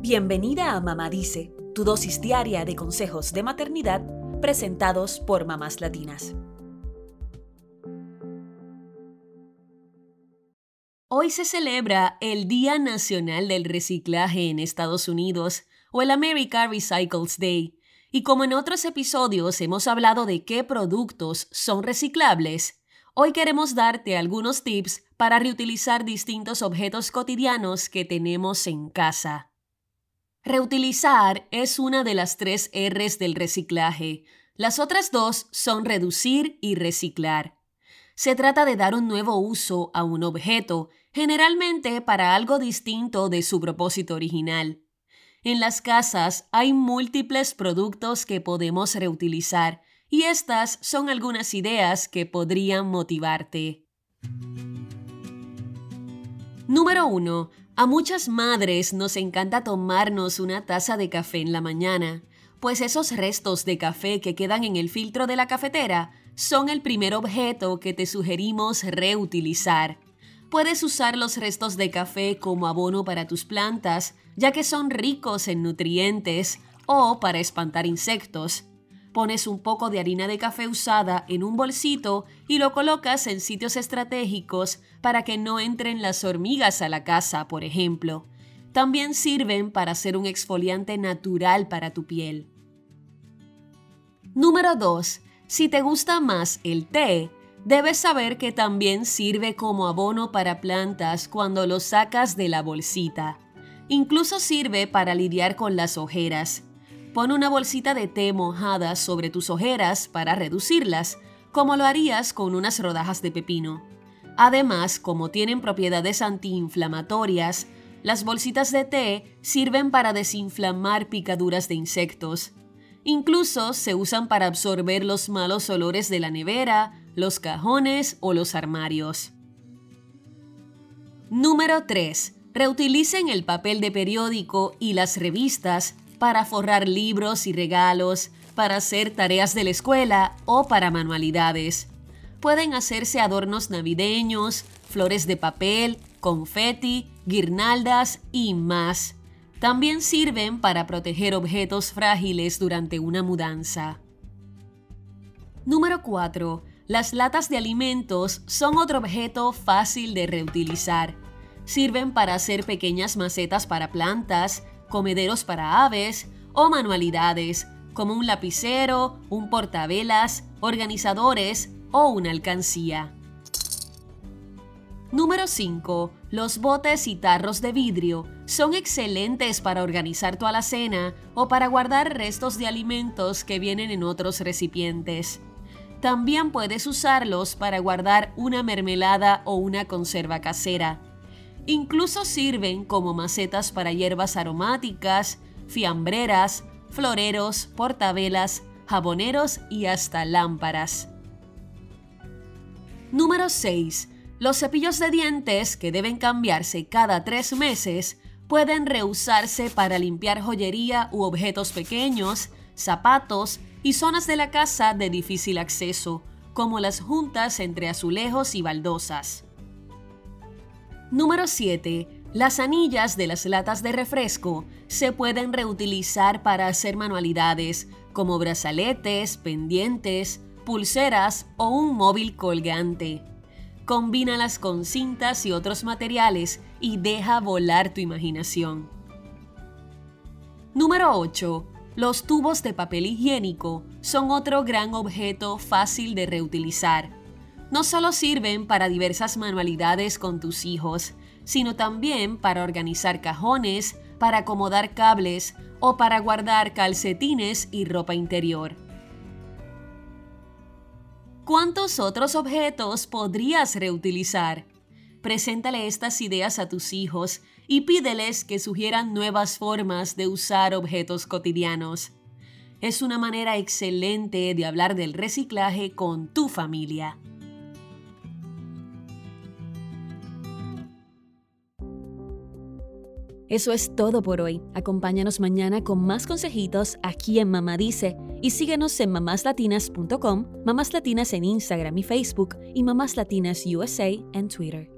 Bienvenida a Mamá Dice, tu dosis diaria de consejos de maternidad presentados por mamás latinas. Hoy se celebra el Día Nacional del Reciclaje en Estados Unidos, o el America Recycles Day, y como en otros episodios hemos hablado de qué productos son reciclables, hoy queremos darte algunos tips para reutilizar distintos objetos cotidianos que tenemos en casa. Reutilizar es una de las 3 R's del reciclaje. Las otras 2 son reducir y reciclar. Se trata de dar un nuevo uso a un objeto, generalmente para algo distinto de su propósito original. En las casas hay múltiples productos que podemos reutilizar y estas son algunas ideas que podrían motivarte. Número 1. A muchas madres nos encanta tomarnos una taza de café en la mañana, pues esos restos de café que quedan en el filtro de la cafetera son el primer objeto que te sugerimos reutilizar. Puedes usar los restos de café como abono para tus plantas, ya que son ricos en nutrientes, o para espantar insectos. Pones un poco de harina de café usada en un bolsito y lo colocas en sitios estratégicos para que no entren las hormigas a la casa, por ejemplo. También sirven para ser un exfoliante natural para tu piel. Número 2. Si te gusta más el té, debes saber que también sirve como abono para plantas cuando lo sacas de la bolsita. Incluso sirve para lidiar con las ojeras. Pon una bolsita de té mojada sobre tus ojeras para reducirlas, como lo harías con unas rodajas de pepino. Además, como tienen propiedades antiinflamatorias, las bolsitas de té sirven para desinflamar picaduras de insectos. Incluso se usan para absorber los malos olores de la nevera, los cajones o los armarios. Número 3. Reutilicen el papel de periódico y las revistas para forrar libros y regalos, para hacer tareas de la escuela o para manualidades. Pueden hacerse adornos navideños, flores de papel, confeti, guirnaldas y más. También sirven para proteger objetos frágiles durante una mudanza. Número 4. Las latas de alimentos son otro objeto fácil de reutilizar. Sirven para hacer pequeñas macetas para plantas, comederos para aves o manualidades, como un lapicero, un portavelas, organizadores o una alcancía. Número 5. Los botes y tarros de vidrio son excelentes para organizar tu alacena o para guardar restos de alimentos que vienen en otros recipientes. También puedes usarlos para guardar una mermelada o una conserva casera. Incluso sirven como macetas para hierbas aromáticas, fiambreras, floreros, portavelas, jaboneros y hasta lámparas. Número 6. Los cepillos de dientes, que deben cambiarse cada 3 meses, pueden reusarse para limpiar joyería u objetos pequeños, zapatos y zonas de la casa de difícil acceso, como las juntas entre azulejos y baldosas. Número 7. Las anillas de las latas de refresco se pueden reutilizar para hacer manualidades como brazaletes, pendientes, pulseras o un móvil colgante. Combínalas con cintas y otros materiales y deja volar tu imaginación. Número 8. Los tubos de papel higiénico son otro gran objeto fácil de reutilizar. No solo sirven para diversas manualidades con tus hijos, sino también para organizar cajones, para acomodar cables o para guardar calcetines y ropa interior. ¿Cuántos otros objetos podrías reutilizar? Preséntale estas ideas a tus hijos y pídeles que sugieran nuevas formas de usar objetos cotidianos. Es una manera excelente de hablar del reciclaje con tu familia. Eso es todo por hoy. Acompáñanos mañana con más consejitos aquí en Mamá Dice y síguenos en mamáslatinas.com, Mamás Latinas en Instagram y Facebook y Mamás Latinas USA en Twitter.